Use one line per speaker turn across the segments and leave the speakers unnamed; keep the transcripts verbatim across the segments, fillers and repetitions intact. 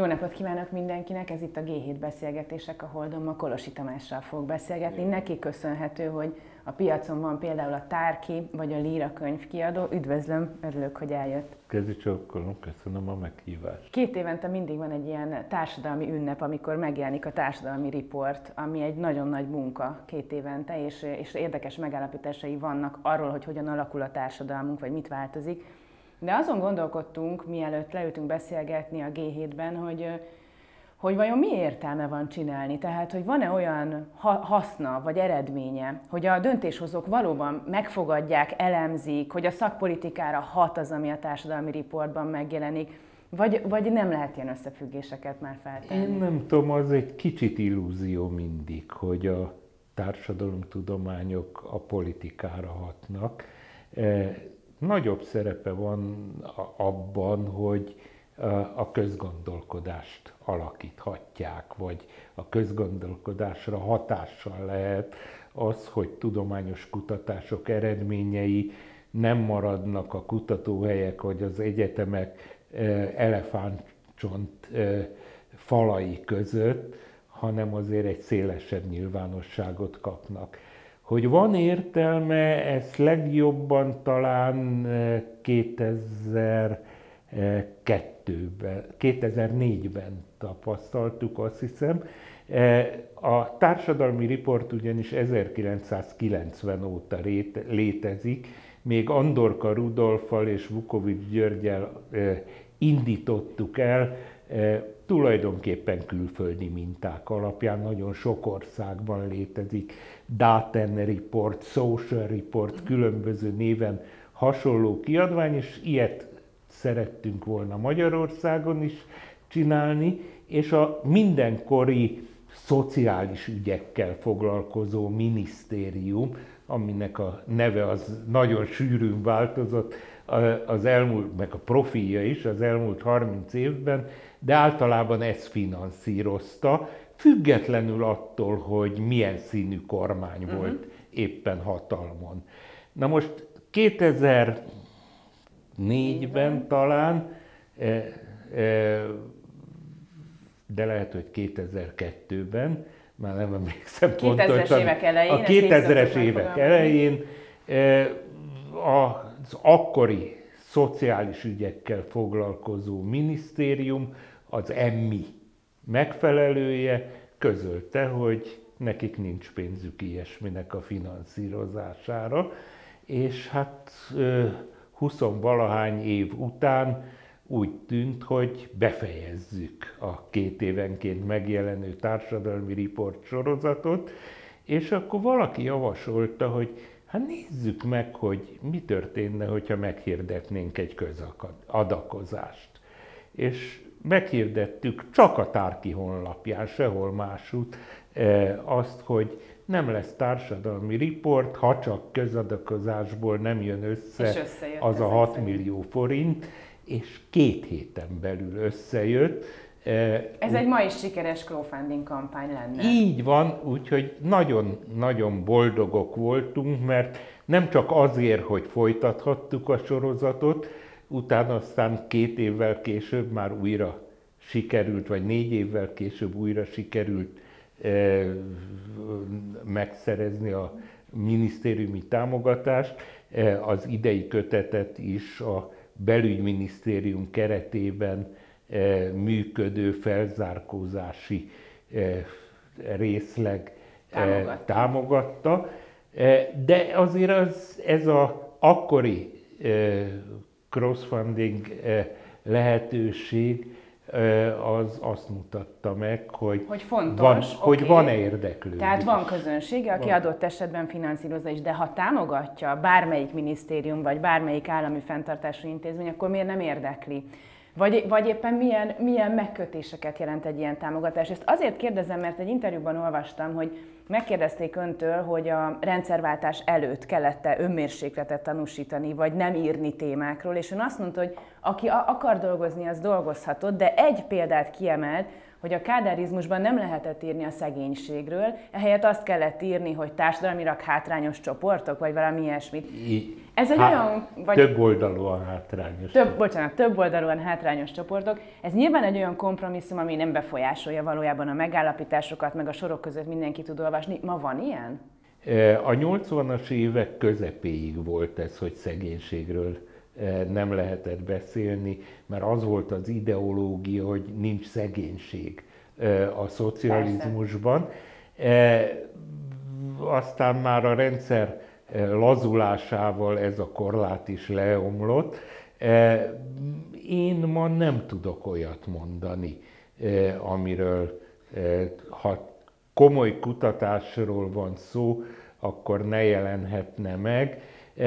Jó napot kívánok mindenkinek! Ez itt a gé hét beszélgetések, a Holdon ma Kolosi Tamással fog beszélgetni. Neki köszönhető, hogy a piacon van például a Tárki vagy a Líra könyvkiadó. Üdvözlöm, örülök, hogy eljött.
Kezi csókolom, köszönöm a meghívást.
Két évente mindig van egy ilyen társadalmi ünnep, amikor megjelenik a társadalmi riport, ami egy nagyon nagy munka két évente, és, és érdekes megállapításai vannak arról, hogy hogyan alakul a társadalmunk, vagy mit változik. De azon gondolkodtunk, mielőtt leültünk beszélgetni a gé hétben, hogy, hogy vajon mi értelme van csinálni. Tehát, hogy van-e olyan haszna vagy eredménye, hogy a döntéshozók valóban megfogadják, elemzik, hogy a szakpolitikára hat az, ami a társadalmi riportban megjelenik, vagy, vagy nem lehet ilyen összefüggéseket már feltenni?
Én nem tudom, az egy kicsit illúzió mindig, hogy a társadalomtudományok a politikára hatnak. Nagyobb szerepe van abban, hogy a közgondolkodást alakíthatják, vagy a közgondolkodásra hatással lehet az, hogy tudományos kutatások eredményei nem maradnak a kutatóhelyek, vagy az egyetemek elefántcsont falai között, hanem azért egy szélesebb nyilvánosságot kapnak. Hogy van értelme, ezt legjobban talán kétezer-kettőben, kétezer-négyben tapasztaltuk, azt hiszem. A társadalmi riport ugyanis ezerkilencszázkilencven óta létezik, még Andorka Rudolffal és Vukovics Györggyel indítottuk el, tulajdonképpen külföldi minták alapján, nagyon sok országban létezik, Daten Report, Social Report, különböző néven hasonló kiadvány, és ilyet szerettünk volna Magyarországon is csinálni, és a mindenkori szociális ügyekkel foglalkozó minisztérium, aminek a neve az nagyon sűrűn változott az elmúlt, meg a profilja is az elmúlt harminc évben, de általában ezt finanszírozta, függetlenül attól, hogy milyen színű kormány uh-huh. volt éppen hatalmon. Na most kétezer-négyben talán, de lehet, hogy kétezer-kettőben, már nem emlékszem pontosan,
évek elején,
a kétezres évek elején az akkori szociális ügyekkel foglalkozó minisztérium, az EMMI megfelelője közölte, hogy nekik nincs pénzük ilyesminek a finanszírozására, és hát huszonvalahány év után úgy tűnt, hogy befejezzük a két évenként megjelenő társadalmi riport sorozatot, és akkor valaki javasolta, hogy hát nézzük meg, hogy mi történne, hogyha meghirdetnénk egy közadakozást. És meghirdettük csak a Tárki honlapján, sehol másút azt, hogy nem lesz társadalmi riport, ha csak közadakozásból nem jön össze az a hat millió forint, és két héten belül összejött.
Ez egy ma is sikeres crowdfunding kampány lenne.
Így van, úgyhogy nagyon-nagyon boldogok voltunk, mert nem csak azért, hogy folytathattuk a sorozatot, utána aztán két évvel később már újra sikerült, vagy négy évvel később újra sikerült eh, megszerezni a minisztériumi támogatást. Eh, az idei kötetet is a belügyminisztérium keretében eh, működő felzárkózási eh, részleg eh, támogatta. támogatta. Eh, de azért az, ez az akkori eh, crowdfunding lehetőség az azt mutatta meg, hogy,
hogy, fontos,
van,
okay.
hogy van-e érdeklődés.
Tehát van közönsége, aki van. Adott esetben finanszírozza is, de ha támogatja bármelyik minisztérium, vagy bármelyik állami fenntartású intézmény, akkor miért nem érdekli? Vagy, vagy éppen milyen, milyen megkötéseket jelent egy ilyen támogatás? Ezt azért kérdezem, mert egy interjúban olvastam, hogy megkérdezték öntől, hogy a rendszerváltás előtt kellett-e önmérsékletet tanúsítani, vagy nem írni témákról, és ön azt mondta, hogy aki akar dolgozni, az dolgozhatott, de egy példát kiemelt, hogy a kádárizmusban nem lehetett írni a szegénységről, ehelyett azt kellett írni, hogy társadalmilag hátrányos csoportok, vagy valami ilyesmit. Ez egy
Há,
olyan... Vagy
több oldalúan hátrányos.
Több, bocsánat, több oldalúan hátrányos csoportok. Ez nyilván egy olyan kompromisszum, ami nem befolyásolja valójában a megállapításokat, meg a sorok között mindenki tud olvasni. Ma van ilyen?
A nyolcvanas évek közepéig volt ez, hogy szegénységről nem lehetett beszélni, mert az volt az ideológia, hogy nincs szegénység a szocializmusban. Persze. Aztán már a rendszer lazulásával ez a korlát is leomlott. Én ma nem tudok olyat mondani, amiről, ha komoly kutatásról van szó, akkor ne jelenhetne meg.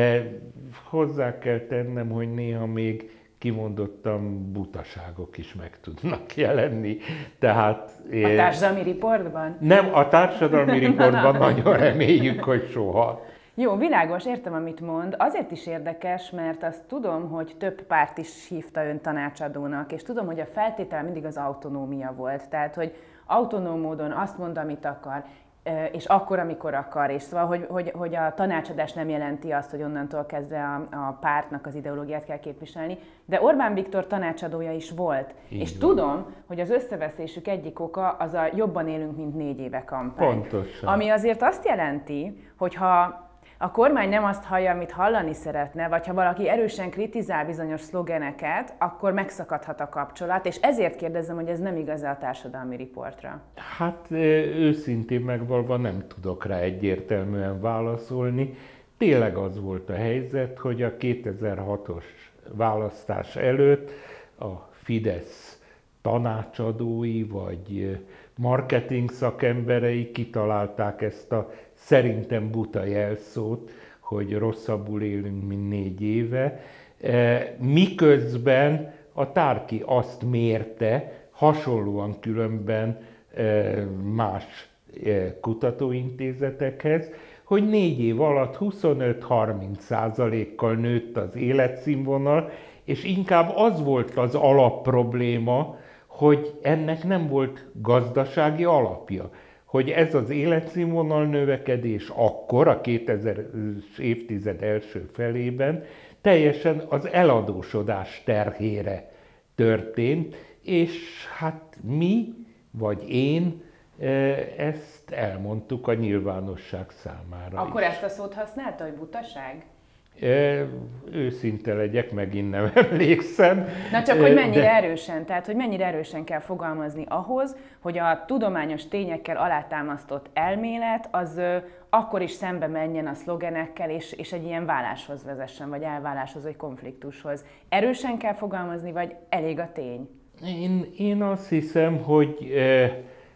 Hozzá kell tennem, hogy néha még kimondottan butaságok is meg tudnak jelenni. Tehát,
a társadalmi riportban?
Nem, a társadalmi riportban nagyon reméljük, hogy soha.
Jó, világos, értem, amit mond. Azért is érdekes, mert azt tudom, hogy több párt is hívta ön tanácsadónak, és tudom, hogy a feltétel mindig az autonómia volt. Tehát, hogy autonóm módon azt mond, amit akar, és akkor, amikor akar, és szóval, hogy, hogy, hogy a tanácsadás nem jelenti azt, hogy onnantól kezdve a, a pártnak az ideológiát kell képviselni, de Orbán Viktor tanácsadója is volt. Így és van. Tudom, hogy az összeveszésük egyik oka az a jobban élünk, mint négy éve kampány.
Pontosan.
Ami azért azt jelenti, hogy ha a kormány nem azt hallja, amit hallani szeretne, vagy ha valaki erősen kritizál bizonyos szlogeneket, akkor megszakadhat a kapcsolat, és ezért kérdezem, hogy ez nem igaz a társadalmi riportra.
Hát őszintén megvalva nem tudok rá egyértelműen válaszolni. Tényleg az volt a helyzet, hogy a kétezer-hatos választás előtt a Fidesz tanácsadói vagy marketing szakemberei kitalálták ezt a szerintem buta jelszót, hogy rosszabbul élünk, mint négy éve, miközben a Tárki azt mérte, hasonlóan különben más kutatóintézetekhez, hogy négy év alatt huszonöt-harminc százalékkal nőtt az életszínvonal, és inkább az volt az alapprobléma, hogy ennek nem volt gazdasági alapja. Hogy ez az életszínvonal növekedés akkor, a kétezres évtized első felében teljesen az eladósodás terhére történt, és hát mi, vagy én ezt elmondtuk a nyilvánosság számára
Akkor
is.
ezt a szót használta, hogy butaság?
E, őszinte legyek, megint nem emlékszem.
Na csak, hogy mennyire de... erősen, tehát hogy mennyire erősen kell fogalmazni ahhoz, hogy a tudományos tényekkel alátámasztott elmélet az ö, akkor is szembe menjen a szlogenekkel, és, és egy ilyen válláshoz vezessen, vagy elválláshoz, vagy konfliktushoz. Erősen kell fogalmazni, vagy elég a tény?
Én, én azt hiszem, hogy e,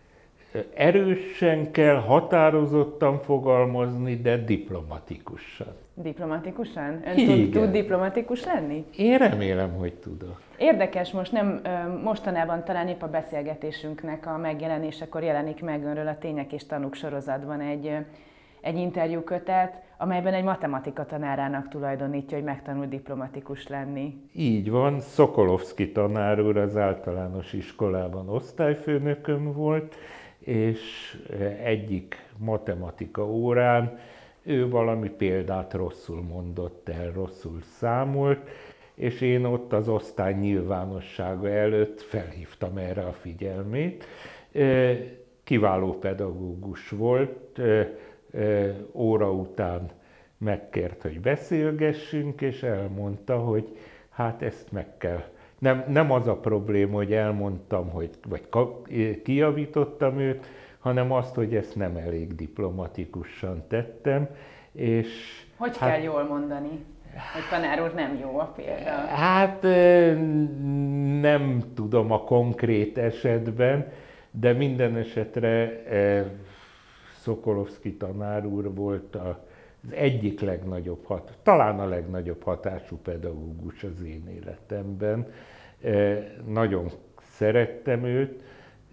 erősen kell, határozottan fogalmazni, de diplomatikusan.
Diplomatikusan? Ön tud, tud diplomatikus lenni?
Én remélem, hogy tudok.
Érdekes, most nem mostanában talán épp a beszélgetésünknek a megjelenésekor jelenik meg önről a Tények és Tanúk sorozatban egy, egy interjúkötet, amelyben egy matematika tanárának tulajdonítja, hogy megtanul diplomatikus lenni.
Így van, Szokolovszky tanár úr az általános iskolában osztályfőnököm volt, és egyik matematika órán ő valami példát rosszul mondott el, rosszul számolt, és én ott az osztály nyilvánossága előtt felhívtam erre a figyelmét. Kiváló pedagógus volt, óra után megkért, hogy beszélgessünk, és elmondta, hogy hát ezt meg kell. Nem, nem az a probléma, hogy elmondtam, hogy, vagy kijavítottam őt, hanem azt, hogy ezt nem elég diplomatikusan tettem. És
hogy hát, kell jól mondani, hogy tanár úr nem jó a példa?
Hát nem tudom a konkrét esetben, de minden esetre Szokolovszky tanár úr volt az egyik legnagyobb, hat, talán a legnagyobb hatású pedagógus az én életemben. Nagyon szerettem őt.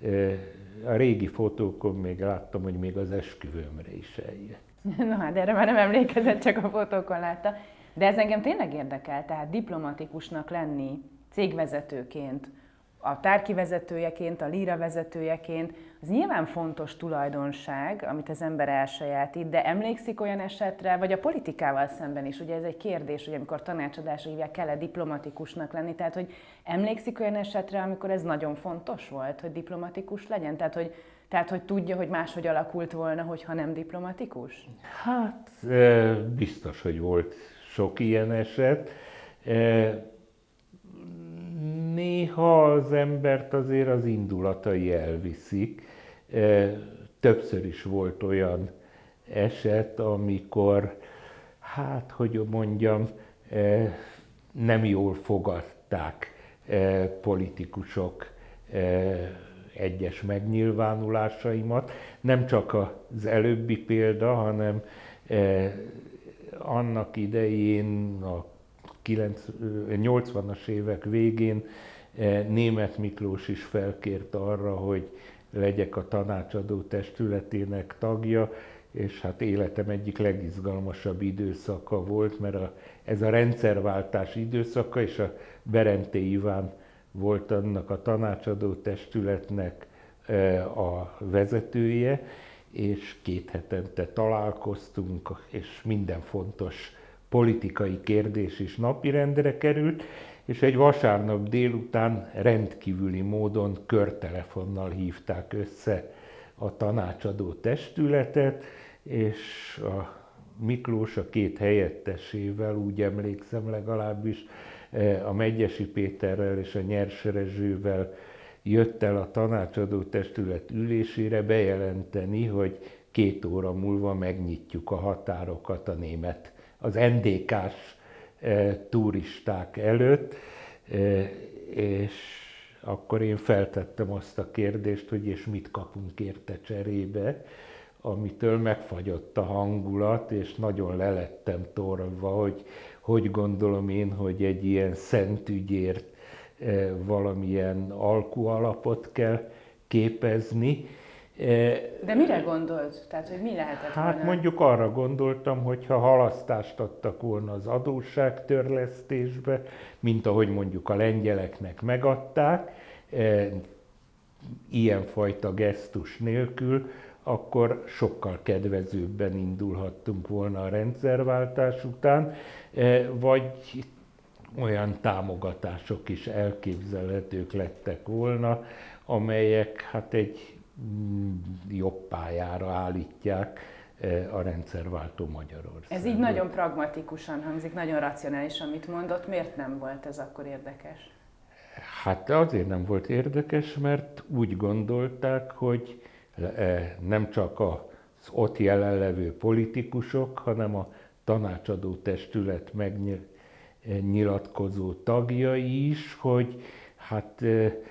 A régi fotókon még láttam, hogy még az esküvőmre is eljött.
Na hát erre már nem emlékezett, csak a fotókon látta. De ez engem tényleg érdekel, tehát diplomatikusnak lenni cégvezetőként a Tárki vezetőjeként, a Líra vezetőjeként, az nyilván fontos tulajdonság, amit az ember elsajátít, de emlékszik olyan esetre, vagy a politikával szemben is, ugye ez egy kérdés, hogy amikor tanácsadásra hívják, kell-e diplomatikusnak lenni, tehát hogy emlékszik olyan esetre, amikor ez nagyon fontos volt, hogy diplomatikus legyen, tehát hogy, tehát, hogy tudja, hogy máshogy alakult volna, hogyha nem diplomatikus?
Hát biztos, hogy volt sok ilyen eset. Néha az embert azért az indulatai elviszik. Többször is volt olyan eset, amikor, hát hogy mondjam, nem jól fogadták politikusok egyes megnyilvánulásaimat. Nem csak az előbbi példa, hanem annak idején a nyolcvanas évek végén Németh Miklós is felkért arra, hogy legyek a tanácsadó testületének tagja, és hát életem egyik legizgalmasabb időszaka volt, mert a, ez a rendszerváltás időszaka, és a Berenté Iván volt annak a tanácsadó testületnek a vezetője, és két hetente találkoztunk, és minden fontos politikai kérdés is napirendre került, és egy vasárnap délután rendkívüli módon körtelefonnal hívták össze a tanácsadó testületet, és a Miklós a két helyettesével, úgy emlékszem legalábbis, a Megyesi Péterrel és a Nyers Rezsővel jött el a tanácsadó testület ülésére bejelenteni, hogy két óra múlva megnyitjuk a határokat a német, az en dé ká-s e, turisták előtt, e, és akkor én feltettem azt a kérdést, hogy és mit kapunk érte cserébe, amitől megfagyott a hangulat, és nagyon lelettem torva, hogy hogy gondolom én, hogy egy ilyen szent ügyért e, valamilyen alkualapot kell képezni.
De mire gondolt? Tehát, hogy mi lehetett
Hát
volna?
mondjuk arra gondoltam, hogy ha halasztást adtak volna az adósságtörlesztésbe, mint ahogy mondjuk a lengyeleknek megadták, ilyenfajta gesztus nélkül, akkor sokkal kedvezőbben indulhattunk volna a rendszerváltás után, vagy olyan támogatások is elképzelhetők lettek volna, amelyek hát egy jobb pályára állítják a rendszerváltó Magyarországot.
Ez így nagyon pragmatikusan hangzik, nagyon racionális, amit mondott. Miért nem volt ez akkor érdekes?
Hát azért nem volt érdekes, mert úgy gondolták, hogy nem csak az ott jelenlevő politikusok, hanem a tanácsadó testület megnyilatkozó tagjai is, hogy hát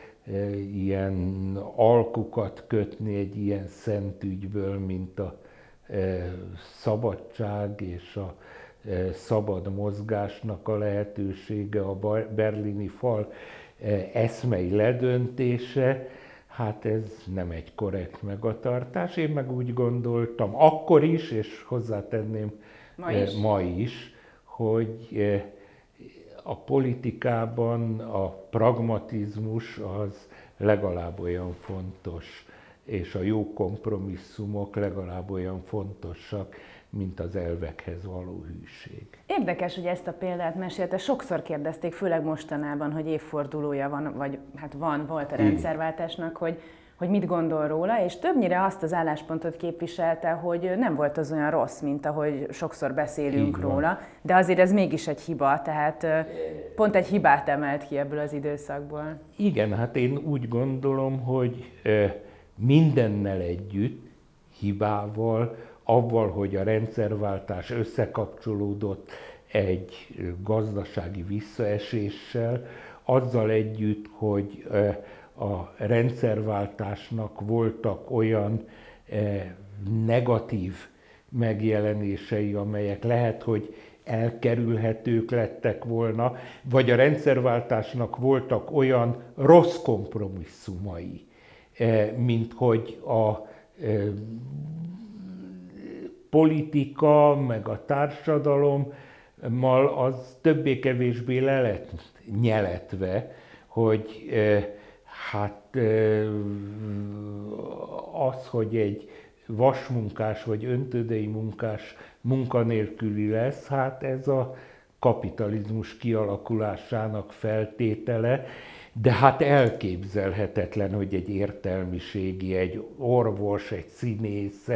ilyen alkukat kötni egy ilyen szent ügyből, mint a szabadság és a szabad mozgásnak a lehetősége, a berlini fal eszmei ledöntése, hát ez nem egy korrekt magatartás. Én meg úgy gondoltam, akkor is, és hozzátenném
ma is,
ma is hogy a politikában a pragmatizmus az legalább olyan fontos, és a jó kompromisszumok legalább olyan fontosak, mint az elvekhez való hűség.
Érdekes, hogy ezt a példát mesélte. Sokszor kérdezték, főleg mostanában, hogy évfordulója van, vagy hát van, volt a rendszerváltásnak, hogy, hogy mit gondol róla, és többnyire azt az álláspontot képviselte, hogy nem volt az olyan rossz, mint ahogy sokszor beszélünk róla, de azért ez mégis egy hiba, tehát pont egy hibát emelt ki ebből az időszakból.
Igen, hát én úgy gondolom, hogy mindennel együtt, hibával, avval, hogy a rendszerváltás összekapcsolódott egy gazdasági visszaeséssel, azzal együtt, hogy a rendszerváltásnak voltak olyan negatív megjelenései, amelyek lehet, hogy elkerülhetők lettek volna, vagy a rendszerváltásnak voltak olyan rossz kompromisszumai, mint hogy a politika, meg a társadalommal az többé-kevésbé le lett nyeletve, hogy hát az, hogy egy vasmunkás vagy öntödei munkás munkanélküli lesz, hát ez a kapitalizmus kialakulásának feltétele, de hát elképzelhetetlen, hogy egy értelmiségi, egy orvos, egy színész,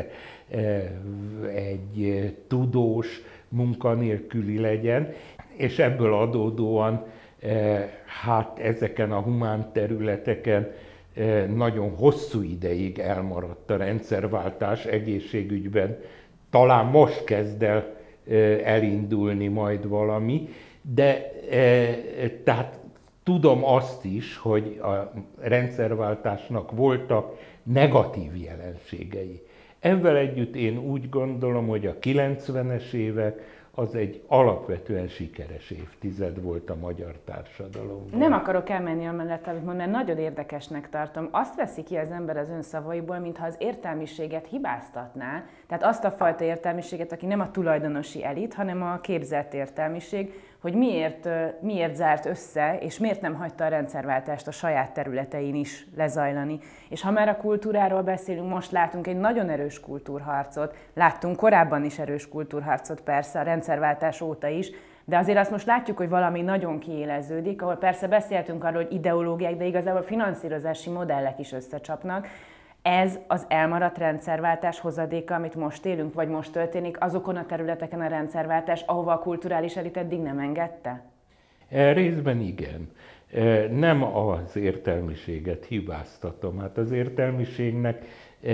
egy tudós munkanélküli legyen, és ebből adódóan hát ezeken a humán területeken nagyon hosszú ideig elmaradt a rendszerváltás egészségügyben. Talán most kezd el elindulni majd valami, de tehát tudom azt is, hogy a rendszerváltásnak voltak negatív jelenségei. Ezzel együtt én úgy gondolom, hogy a kilencvenes évek az egy alapvetően sikeres évtized volt a magyar társadalomban.
Nem akarok elmenni amellett, amit mond, mert nagyon érdekesnek tartom. Azt veszi ki az ember az ön szavaiból, mintha az értelmiséget hibáztatná, tehát azt a fajta értelmiséget, aki nem a tulajdonosi elit, hanem a képzett értelmiség, hogy miért, miért zárt össze, és miért nem hagyta a rendszerváltást a saját területein is lezajlani. És ha már a kultúráról beszélünk, most látunk egy nagyon erős kultúrharcot, láttunk korábban is erős kultúrharcot persze, a rendszerváltás óta is, de azért azt most látjuk, hogy valami nagyon kiéleződik, ahol persze beszéltünk arról, hogy ideológiák, de igazából finanszírozási modellek is összecsapnak. Ez az elmaradt rendszerváltás hozadéka, amit most élünk, vagy most történik, azokon a területeken a rendszerváltás, ahova a kulturális elit eddig nem engedte?
Részben igen. Nem az értelmiséget hibáztatom. Hát az értelmiségnek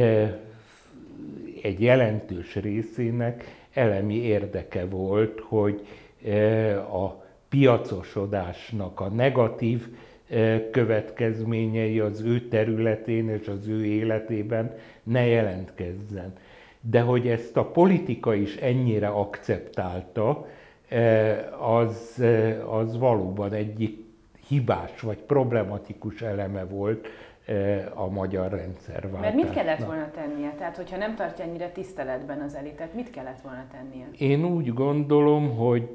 egy jelentős részének elemi érdeke volt, hogy a piacosodásnak a negatív következményei az ő területén és az ő életében ne jelentkezzen. De hogy ezt a politika is ennyire akceptálta, az, az valóban egyik hibás vagy problematikus eleme volt a magyar rendszerváltásnak.
Mert mit kellett volna tennie? Tehát, hogyha nem tartja ennyire tiszteletben az elitet, mit kellett volna tennie?
Én úgy gondolom, hogy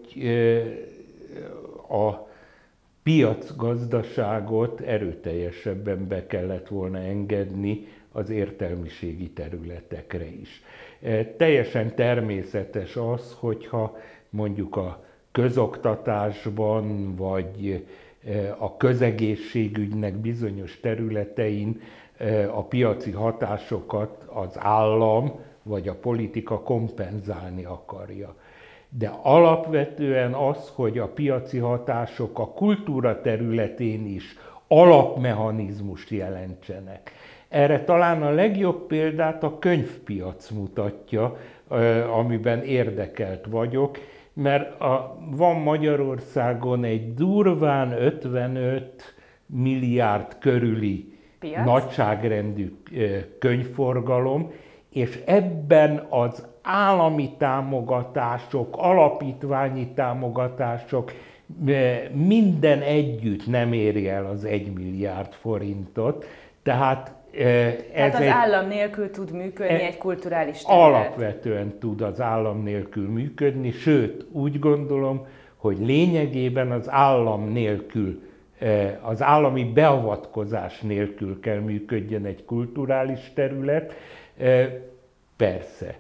a piacgazdaságot erőteljesebben be kellett volna engedni az értelmiségi területekre is. Teljesen természetes az, hogyha mondjuk a közoktatásban vagy a közegészségügynek bizonyos területein a piaci hatásokat az állam vagy a politika kompenzálni akarja. De alapvetően az, hogy a piaci hatások a kultúra területén is alapmechanizmust jelentsenek. Erre talán a legjobb példát a könyvpiac mutatja, amiben érdekelt vagyok, mert a, van Magyarországon egy durván ötvenöt milliárd körüli piac, nagyságrendű könyvforgalom, és ebben az állami támogatások, alapítványi támogatások minden együtt nem éri el az egy milliárd forintot. Tehát, ez
Tehát az
egy,
állam nélkül tud működni egy kulturális terület.
Alapvetően tud az állam nélkül működni, sőt úgy gondolom, hogy lényegében az állam nélkül, az állami beavatkozás nélkül kell működjön egy kulturális terület. Persze,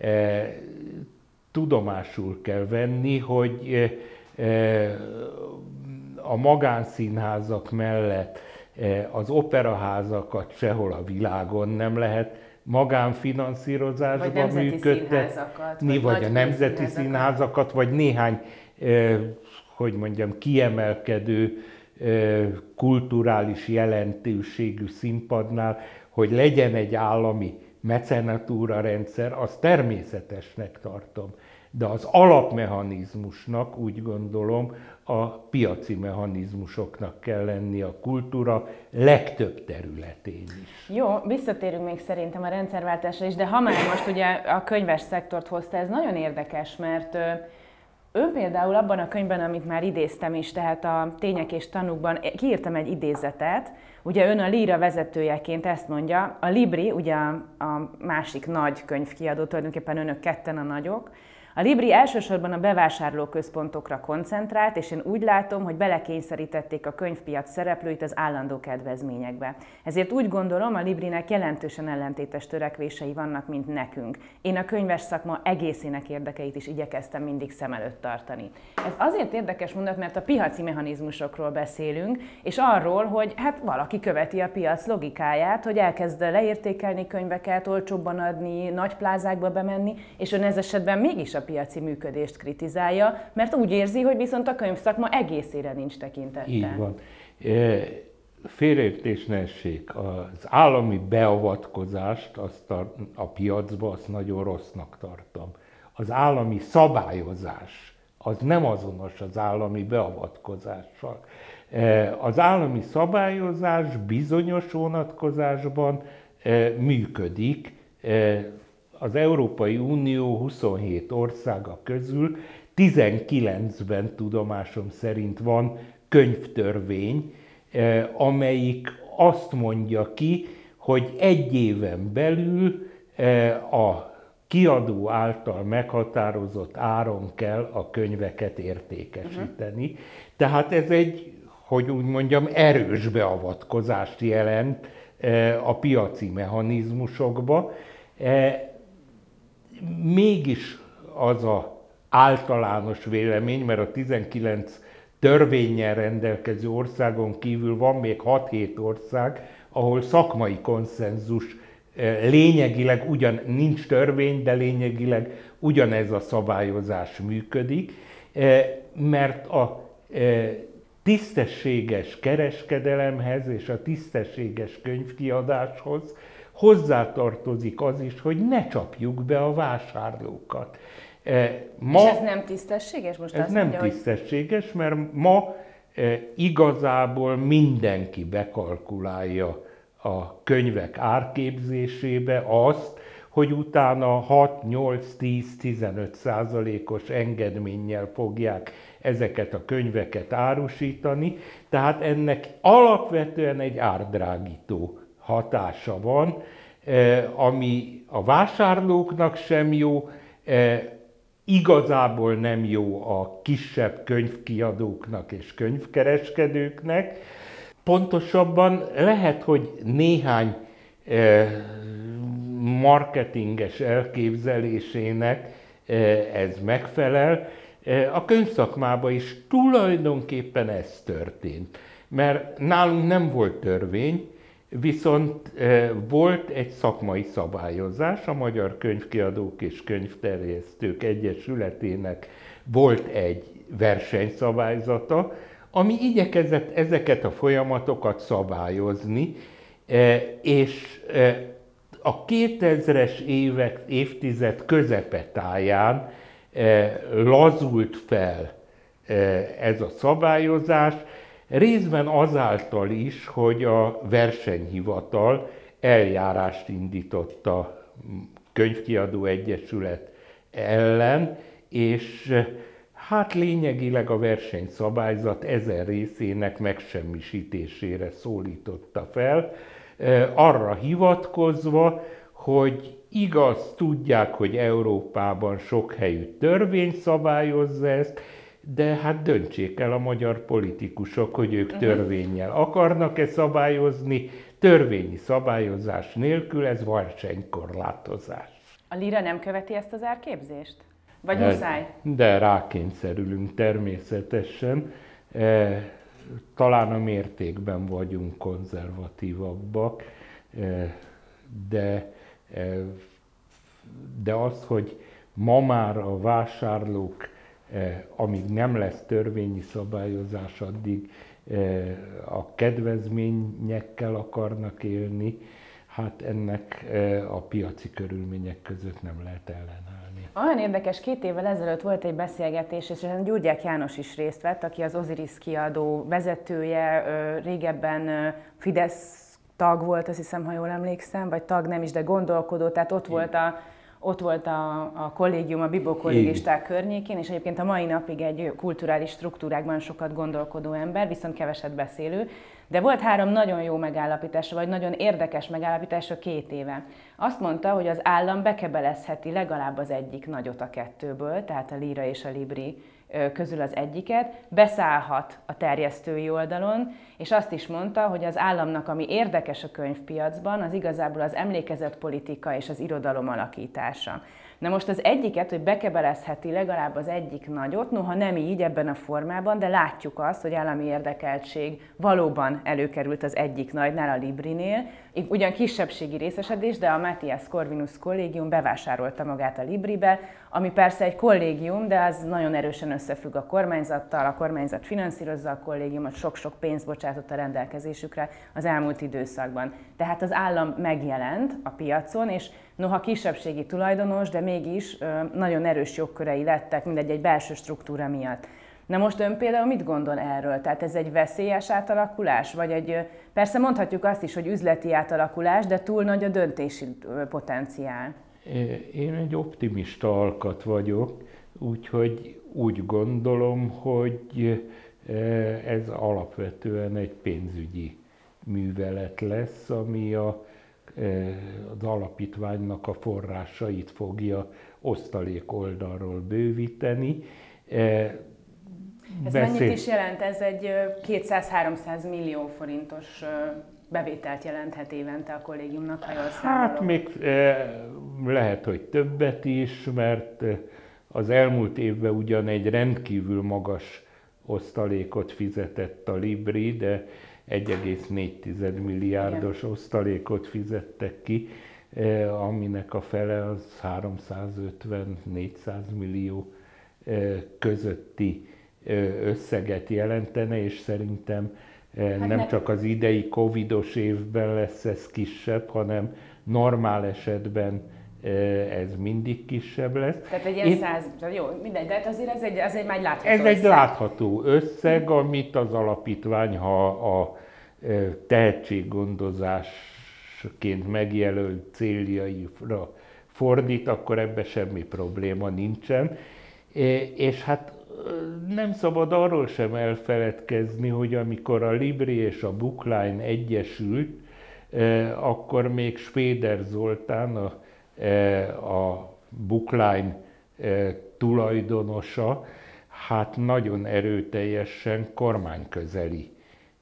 tudomásul kell venni, hogy a magánszínházak mellett az operaházakat sehol a világon nem lehet magánfinanszírozásban működtetni, vagy, vagy a nemzeti színházakat, vagy néhány, hogy mondjam, kiemelkedő kulturális jelentőségű színpadnál, hogy legyen egy állami mecenatúra rendszer, az természetesnek tartom. De az alapmechanizmusnak úgy gondolom, a piaci mechanizmusoknak kell lenni a kultúra legtöbb területén is.
Jó, visszatérünk még szerintem a rendszerváltásra is, de ha már most ugye a könyves szektort hozta, ez nagyon érdekes, mert ő például abban a könyvben, amit már idéztem is, tehát a Tények és tanúkban kiírtam egy idézetet, ugye ön a Líra vezetőjeként ezt mondja, a Libri, ugye a, a másik nagy könyvkiadó, tulajdonképpen önök ketten a nagyok, a A Libri elsősorban a bevásárlóközpontokra koncentrált, és én úgy látom, hogy belekényszerítették a könyvpiac szereplőit az állandó kedvezményekbe. Ezért úgy gondolom, a Librinek jelentősen ellentétes törekvései vannak, mint nekünk. Én a könyves szakma egészének érdekeit is igyekeztem mindig szem előtt tartani. Ez azért érdekes mondat, mert a piaci mechanizmusokról beszélünk, és arról, hogy hát valaki követi a piac logikáját, hogy elkezd leértékelni könyveket, olcsóbban adni, nagy plázákba bemenni, és ön ez esetben mégis a piaci működést kritizálja, mert úgy érzi, hogy viszont a könyvszakma egészére nincs tekintettel.
Így van. Félreértés ne essék. Az állami beavatkozást azt a, a piacba azt nagyon rossznak tartom. Az állami szabályozás az nem azonos az állami beavatkozással. Az állami szabályozás bizonyos vonatkozásban működik. Az Európai Unió huszonhét országa közül tizenkilencben tudomásom szerint van könyvtörvény, amelyik azt mondja ki, hogy egy éven belül a kiadó által meghatározott áron kell a könyveket értékesíteni. Uh-huh. Tehát ez egy, hogy úgy mondjam, erős beavatkozást jelent a piaci mechanizmusokba. Mégis az az általános vélemény, mert a tizenkilenc törvénnyel rendelkező országon kívül van még hat-hét ország, ahol szakmai konszenzus lényegileg ugyan nincs törvény, de lényegileg ugyanez a szabályozás működik, mert a tisztességes kereskedelemhez és a tisztességes könyvkiadáshoz hozzátartozik az is, hogy ne csapjuk be a vásárlókat.
Ma, és ez nem tisztességes? Most
ez
azt
nem
mondja,
tisztességes, hogy... mert ma igazából mindenki bekalkulálja a könyvek árképzésébe azt, hogy utána hat, nyolc, tíz, tizenöt százalékos engedménnyel fogják ezeket a könyveket árusítani, tehát ennek alapvetően egy árdrágító hatása van, ami a vásárlóknak sem jó, igazából nem jó a kisebb könyvkiadóknak és könyvkereskedőknek. Pontosabban lehet, hogy néhány marketinges elképzelésének ez megfelel. A könyvszakmában is tulajdonképpen ez történt, mert nálunk nem volt törvény, viszont volt egy szakmai szabályozás, a Magyar Könyvkiadók és Könyvterjesztők Egyesületének volt egy versenyszabályzata, ami igyekezett ezeket a folyamatokat szabályozni, és a kétezres évek, évtized közepetáján lazult fel ez a szabályozás, részben azáltal is, hogy a versenyhivatal eljárást indított a Könyvkiadó Egyesület ellen, és hát lényegileg a versenyszabályzat ezen részének megsemmisítésére szólította fel, arra hivatkozva, hogy igaz, tudják, hogy Európában sok helyütt törvény szabályozza ezt, de hát döntsék el a magyar politikusok, hogy ők törvénnyel akarnak-e szabályozni, törvényi szabályozás nélkül ez versenykorlátozás.
A Lira nem követi ezt az árképzést? Vagy muszáj?
De rákényszerülünk természetesen. Talán a mértékben vagyunk konzervatívabbak, de, de az, hogy ma már a vásárlók, amíg nem lesz törvényi szabályozás, addig a kedvezményekkel akarnak élni, hát ennek a piaci körülmények között nem lehet ellenállni.
Olyan érdekes, két évvel ezelőtt volt egy beszélgetés, és Gyurgyák János is részt vett, aki az Osiris kiadó vezetője, régebben Fidesz tag volt, azt hiszem, ha jól emlékszem, vagy tag nem is, de gondolkodó, tehát ott volt a, ott volt a, a kollégium, a Bibó kollégisták környékén, és egyébként a mai napig egy kulturális struktúrákban sokat gondolkodó ember, viszont keveset beszélő. De volt három nagyon jó megállapítása, vagy nagyon érdekes megállapítása két éve. Azt mondta, hogy az állam bekebelezheti legalább az egyik nagyot a kettőből, tehát a Lira és a Libri közül az egyiket, beszállhat a terjesztői oldalon, és azt is mondta, hogy az államnak, ami érdekes a könyvpiacban, az igazából az emlékezetpolitika és az irodalom alakítása. Na most az egyiket, hogy bekebelezheti legalább az egyik nagyot, noha nem így ebben a formában, de látjuk azt, hogy állami érdekeltség valóban előkerült az egyik nagynál, a Librinél. Ugyan kisebbségi részesedés, de a Matthias Corvinus kollégium bevásárolta magát a Libribe, ami persze egy kollégium, de az nagyon erősen összefügg a kormányzattal, a kormányzat finanszírozza a kollégiumot, sok-sok pénzt bocsátott a rendelkezésükre az elmúlt időszakban. Tehát az állam megjelent a piacon, és noha kisebbségi tulajdonos, de mégis nagyon erős jogkörei lettek, mindegy egy belső struktúra miatt. Na most ön például mit gondol erről? Tehát ez egy veszélyes átalakulás? Vagy egy, persze mondhatjuk azt is, hogy üzleti átalakulás, de túl nagy a döntési potenciál.
Én egy optimista alkat vagyok, úgyhogy úgy gondolom, hogy ez alapvetően egy pénzügyi művelet lesz, ami a, az alapítványnak a forrásait fogja osztalék oldalról bővíteni.
Ez Beszél... mennyit is jelent? Ez egy kétszáz-háromszáz millió forintos bevételt jelenthet évente a kollégiumnak, ha jól számolom.
Hát még lehet, hogy többet is, mert az elmúlt évben ugyan egy rendkívül magas osztalékot fizetett a Libri, de egy egész négy milliárdos Igen. osztalékot fizettek ki, aminek a fele az háromszázötven-négyszáz millió közötti összeget jelentene, és szerintem hát nem csak az idei covidos évben lesz ez kisebb, hanem normál esetben ez mindig kisebb lesz.
Tehát egy ilyen Én... száz, jó, mindegy, de azért ez egy, ez egy már látható
Ez összeg. egy látható összeg, amit az alapítvány, ha a tehetséggondozásként megjelölt céljaira fordít, akkor ebben semmi probléma nincsen. És hát nem szabad arról sem elfeledkezni, hogy amikor a Libri és a Bookline egyesült, akkor még Spéder Zoltán, a, a Bookline tulajdonosa, hát nagyon erőteljesen kormányközeli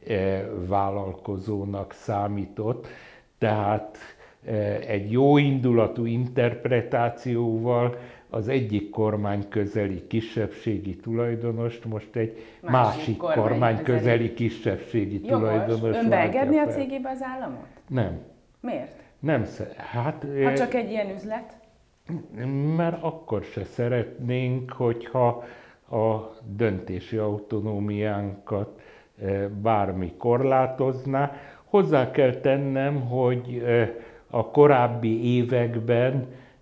vállalkozónak számított, tehát egy jóindulatú interpretációval az egyik kormányközeli kisebbségi tulajdonost most egy másik, másik kormányközeli kisebbségi Jogos. tulajdonos.
Ön beengedni a cégébe az államot?
Nem.
Miért?
Nem. Hát,
ha csak egy ilyen üzlet?
Mert akkor se szeretnénk, hogyha a döntési autonómiánkat bármi korlátozná. Hozzá kell tennem, hogy a korábbi években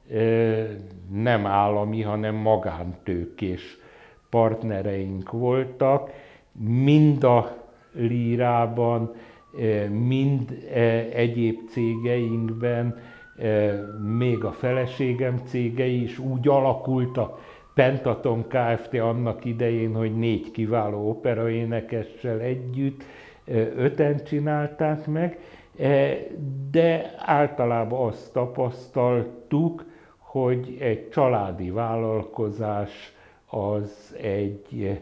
nem állami, hanem magántőkés partnereink voltak, mind a Lírában, mind egyéb cégeinkben, még a feleségem cégei is úgy alakult a Pentaton Kft. Annak idején, hogy négy kiváló operaénekessel együtt öten csinálták meg, de általában azt tapasztaltuk, hogy egy családi vállalkozás az egy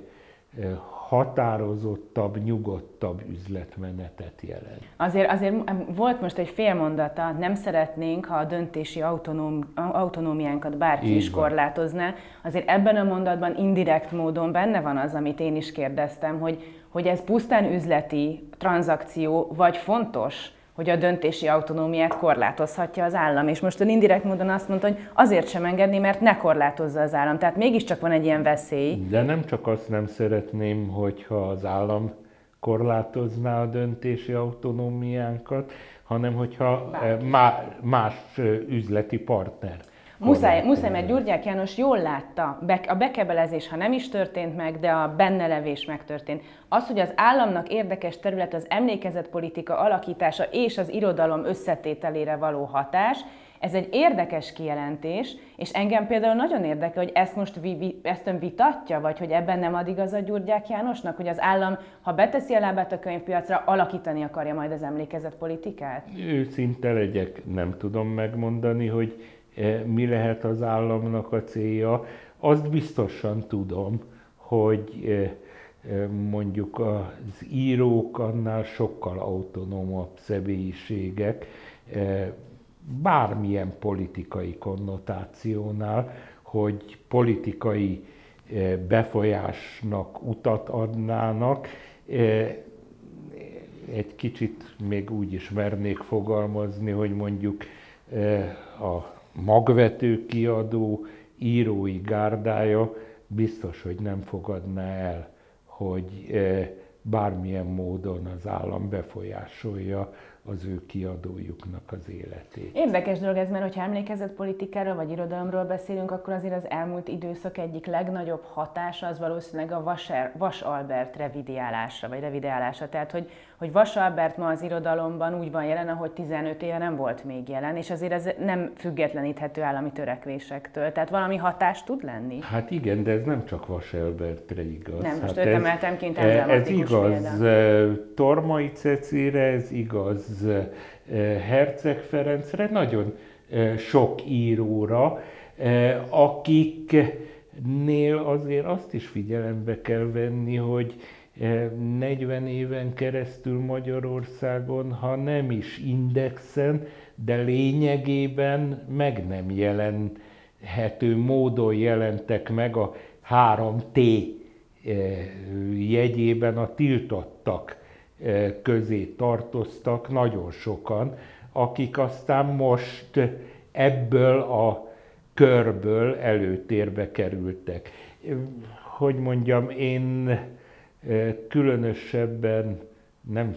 határozottabb, nyugodtabb üzletmenetet jelent.
Azért, azért volt most egy fél mondata, nem szeretnénk, ha a döntési autonóm, autonómiánkat bárki Így is van. korlátozná. Azért ebben a mondatban indirekt módon benne van az, amit én is kérdeztem, hogy, hogy ez pusztán üzleti tranzakció, vagy fontos, hogy a döntési autonómiát korlátozhatja az állam. És most ön indirekt módon azt mondta, hogy azért sem engedni, mert ne korlátozza az állam. Tehát mégiscsak van egy ilyen veszély.
De nem csak azt nem szeretném, hogyha az állam korlátozná a döntési autonómiánkat, hanem hogyha má, más üzleti partner.
Muszáj, muszáj, mert Gyurgyák János jól látta, a bekebelezés, ha nem is történt meg, de a bennelevés megtörtént. Az, hogy az államnak érdekes terület az emlékezetpolitika alakítása és az irodalom összetételére való hatás, Ez egy érdekes kijelentés, és engem például nagyon érdekel, hogy ezt most vi, vi, ezt ön vitatja, vagy hogy ebben nem ad igazat Gyurgyák Jánosnak, hogy az állam, ha beteszi a lábát a könyvpiacra, alakítani akarja majd az emlékezetpolitikát?
Őszinte legyek, nem tudom megmondani, hogy mi lehet az államnak a célja. Azt biztosan tudom, hogy mondjuk az írók annál sokkal autonómabb személyiségek, bármilyen politikai konnotációnál, hogy politikai befolyásnak utat adnának. Egy kicsit még úgy is mernék fogalmazni, hogy mondjuk a magvető kiadó írói gárdája biztos, hogy nem fogadná el, hogy bármilyen módon az állam befolyásolja az ő kiadójuknak az életét.
Érdekes dolog ez, mert hogyha emlékezetpolitikáról vagy irodalomról beszélünk, akkor azért az elmúlt időszak egyik legnagyobb hatása az valószínűleg a Vaser, Vas Albert revideálása, vagy revideálása. Tehát, hogy, hogy Vas Albert ma az irodalomban úgy van jelen, ahogy tizenöt éve nem volt még jelen, és azért ez nem függetleníthető állami törekvésektől. Tehát valami hatás tud lenni?
Hát igen, de ez nem csak Vas Albertre igaz.
Nem, most
hát
őt emeltem ki,
ez igaz példa. Tormai Cecire, ez igaz Herceg Ferencre, nagyon sok íróra, akiknél azért azt is figyelembe kell venni, hogy negyven éven keresztül Magyarországon, ha nem is indexen, de lényegében meg nem jelenhető módon jelentek meg a három té jegyében a tiltottak közé tartoztak nagyon sokan, akik aztán most ebből a körből előtérbe kerültek. Hogy mondjam, én különösebben nem,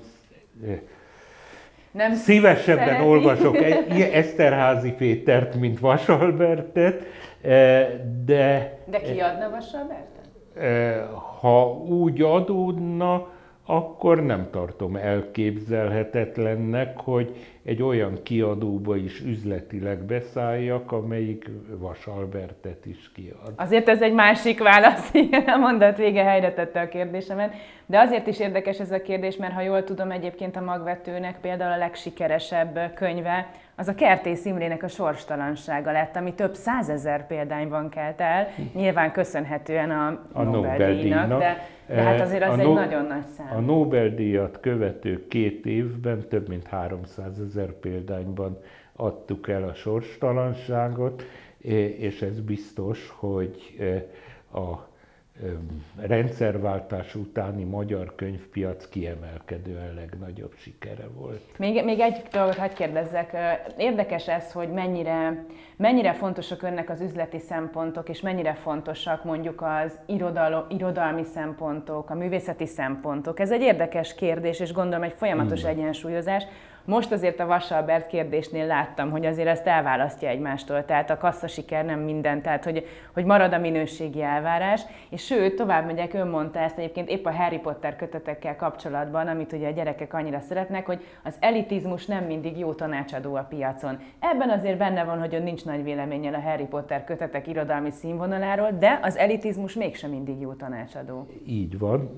nem szívesebben szereti. olvasok egy Eszterházy Pétert, mint Vas Albertet, de...
De ki adna Vas Albertet?
Ha úgy adódna, akkor nem tartom elképzelhetetlennek, hogy egy olyan kiadóba is üzletileg beszálljak, amelyik Vas Albertet is kiad.
Azért ez egy másik válasz, igen, a mondat vége helyre tette a kérdésemet, de azért is érdekes ez a kérdés, mert ha jól tudom, egyébként a magvetőnek például a legsikeresebb könyve az a Kertész Imrének a Sorstalansága lett, ami több százezer példányban kelt el, nyilván köszönhetően a, a Nobel-díjnak, Nobel de, de hát azért az a egy no- nagyon nagy szám.
A Nobel-díjat követő két évben több mint háromszázezer példányban adtuk el a Sorstalanságot, és ez biztos, hogy a rendszerváltás utáni magyar könyvpiac kiemelkedően legnagyobb sikere volt.
Még, még egy dolgot hadd kérdezzek. Érdekes ez, hogy mennyire, mennyire fontosak önnek az üzleti szempontok, és mennyire fontosak mondjuk az irodalom, irodalmi szempontok, a művészeti szempontok. Ez egy érdekes kérdés, és gondolom egy folyamatos hmm. egyensúlyozás. Most azért a Vas Albert kérdésnél láttam, hogy azért ezt elválasztja egymástól, tehát a kasszasiker nem minden, tehát hogy, hogy marad a minőségi elvárás, és sőt, tovább megyek, ön mondta ezt egyébként épp a Harry Potter kötetekkel kapcsolatban, amit ugye a gyerekek annyira szeretnek, hogy az elitizmus nem mindig jó tanácsadó a piacon. Ebben azért benne van, hogy ön nincs nagy véleménnyel a Harry Potter kötetek irodalmi színvonaláról, de az elitizmus mégsem mindig jó tanácsadó.
Így van.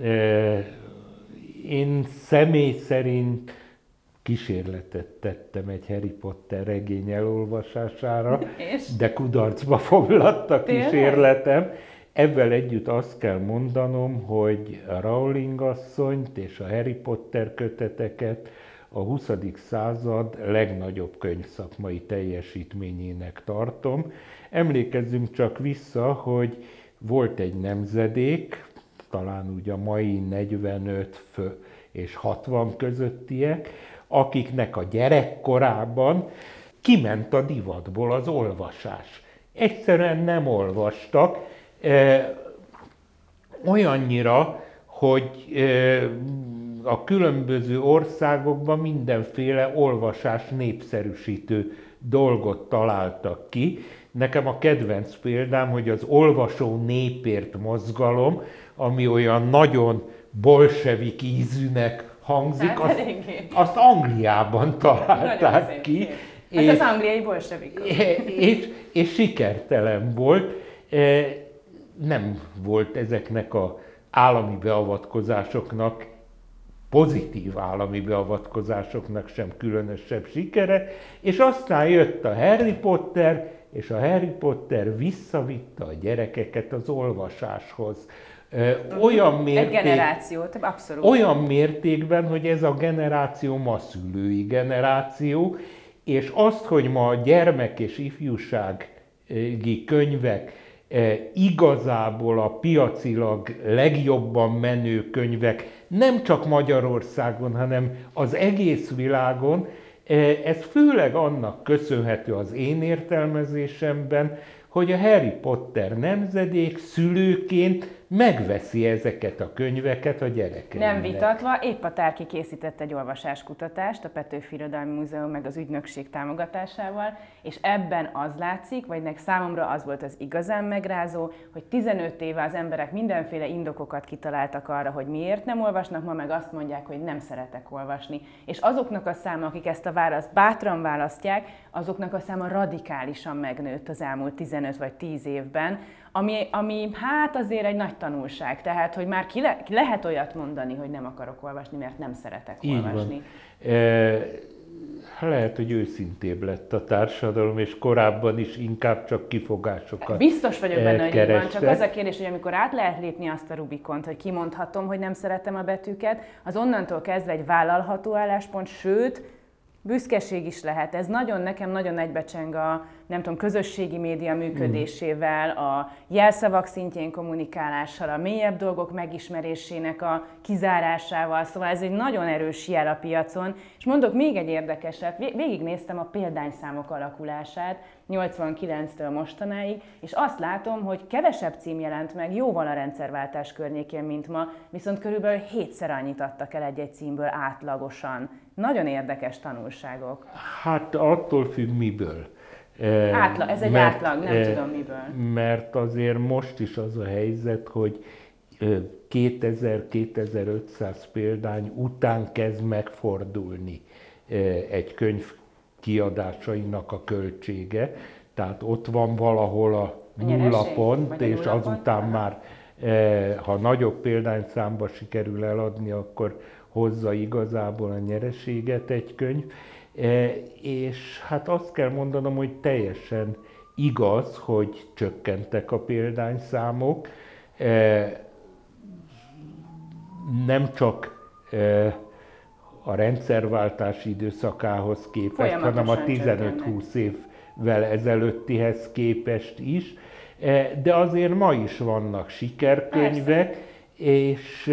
Én személy szerint kísérletet tettem egy Harry Potter regény elolvasására, de kudarcba foglalt a kísérletem. Ezzel együtt azt kell mondanom, hogy a Rowling asszonyt és a Harry Potter köteteket a huszadik század legnagyobb könyvszakmai teljesítményének tartom. Emlékezzünk csak vissza, hogy volt egy nemzedék, talán ugye a mai negyvenöt és hatvan közöttiek, akiknek a gyerekkorában kiment a divatból az olvasás. Egyszerűen nem olvastak, e, olyannyira, hogy e, a különböző országokban mindenféle olvasás népszerűsítő dolgot találtak ki. Nekem a kedvenc példám, hogy az olvasó népért mozgalom, ami olyan nagyon bolsevik ízűnek hangzik, azt, azt Angliában találták ki,
Hát és, az angliai bolsevik.
És, és sikertelen volt. Nem volt ezeknek az állami beavatkozásoknak, pozitív állami beavatkozásoknak sem különösebb sikere, és aztán jött a Harry Potter, és a Harry Potter visszavitte a gyerekeket az olvasáshoz. Olyan, mérték,
Egy generáció, abszolút.
olyan mértékben, hogy ez a generáció ma szülői generáció, és azt, hogy ma a gyermek- és ifjúsági könyvek igazából a piacilag legjobban menő könyvek, nem csak Magyarországon, hanem az egész világon, ez főleg annak köszönhető az én értelmezésemben, hogy a Harry Potter nemzedék szülőként megveszi ezeket a könyveket a gyerekeinek.
Nem vitatva, épp a Tárki készített egy olvasáskutatást a Petőfi Irodalmi Múzeum meg az ügynökség támogatásával, és ebben az látszik, vagy nek számomra az volt az igazán megrázó, hogy tizenöt éve az emberek mindenféle indokokat kitaláltak arra, hogy miért nem olvasnak, ma meg azt mondják, hogy nem szeretek olvasni. És azoknak a száma, akik ezt a választ bátran választják, azoknak a száma radikálisan megnőtt az elmúlt tizenöt vagy tíz évben, Ami, ami hát azért egy nagy tanulság, tehát, hogy már ki, le, ki lehet olyat mondani, hogy nem akarok olvasni, mert nem szeretek
Így
olvasni.
Van. E, lehet, hogy őszintébb lett a társadalom, és korábban is inkább csak kifogásokat
Biztos vagyok benne, hogy így van, csak az a kérdés, hogy amikor át lehet lépni azt a Rubikont, hogy kimondhatom, hogy nem szeretem a betűket, az onnantól kezdve egy vállalható álláspont, sőt, büszkeség is lehet. Ez nagyon, nekem nagyon egybecseng a, nem tudom, közösségi média működésével, a jelszavak szintjén kommunikálással, a mélyebb dolgok megismerésének a kizárásával, szóval ez egy nagyon erős jel a piacon. És mondok még egy érdekeset, végignéztem a példányszámok alakulását nyolcvankilenctől mostanáig, és azt látom, hogy kevesebb cím jelent meg jóval a rendszerváltás környékén, mint ma, viszont körülbelül hétszer annyit adtak el egy-egy címből átlagosan. Nagyon érdekes tanulságok.
Hát attól függ miből.
Átlag, ez egy mert, átlag, nem tudom miből.
Mert azért most is az a helyzet, hogy kétezer-kétezer-ötszáz példány után kezd megfordulni egy könyv kiadásainak a költsége. Tehát ott van valahol a nulla pont, és azután pont? Már, ha nagyobb példányszámba sikerül eladni, akkor hozza igazából a nyereséget egy könyv. És hát azt kell mondanom, hogy teljesen igaz, hogy csökkentek a példányszámok. Nem csak a rendszerváltási időszakához képest, hanem a tizenöt-húsz évvel ezelőttihez képest is. De azért ma is vannak sikerkönyvek, persze. És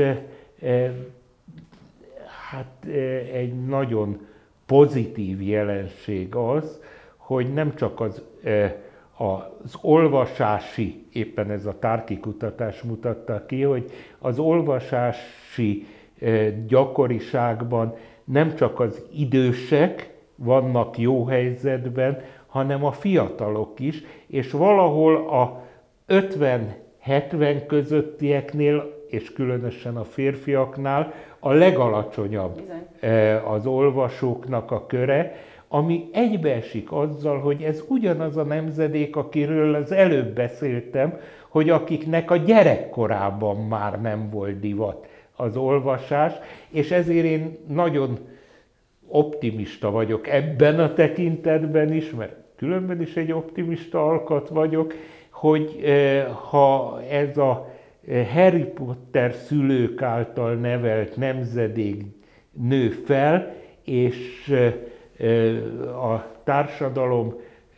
hát egy nagyon pozitív jelenség az, hogy nem csak az, az olvasási, éppen ez a Tárki kutatás mutatta ki, hogy az olvasási gyakoriságban nem csak az idősek vannak jó helyzetben, hanem a fiatalok is, és valahol a ötven-hetven közöttieknél, és különösen a férfiaknál a legalacsonyabb Bizony. az olvasóknak a köre, ami egybeesik azzal, hogy ez ugyanaz a nemzedék, akiről az előbb beszéltem, hogy akiknek a gyerekkorában már nem volt divat az olvasás, és ezért én nagyon optimista vagyok ebben a tekintetben is, mert különben is egy optimista alkat vagyok, hogy ha ez a Harry Potter szülők által nevelt nemzedék nő fel, és a társadalom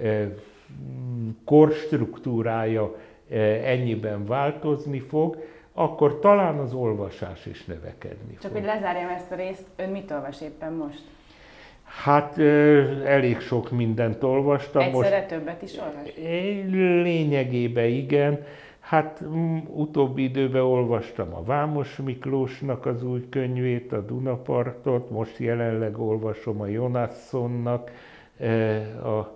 korstruktúrája ennyiben változni fog, akkor talán az olvasás is növekedni
Csak
fog.
hogy lezárjam ezt a részt, ön mit olvas éppen most?
Hát elég sok mindent olvastam.
Egyszerre most többet is olvas?
Lényegében igen. Hát utóbbi időben olvastam a Vámos Miklósnak az új könyvét, a Dunapartot, most jelenleg olvasom a Jonassonnak a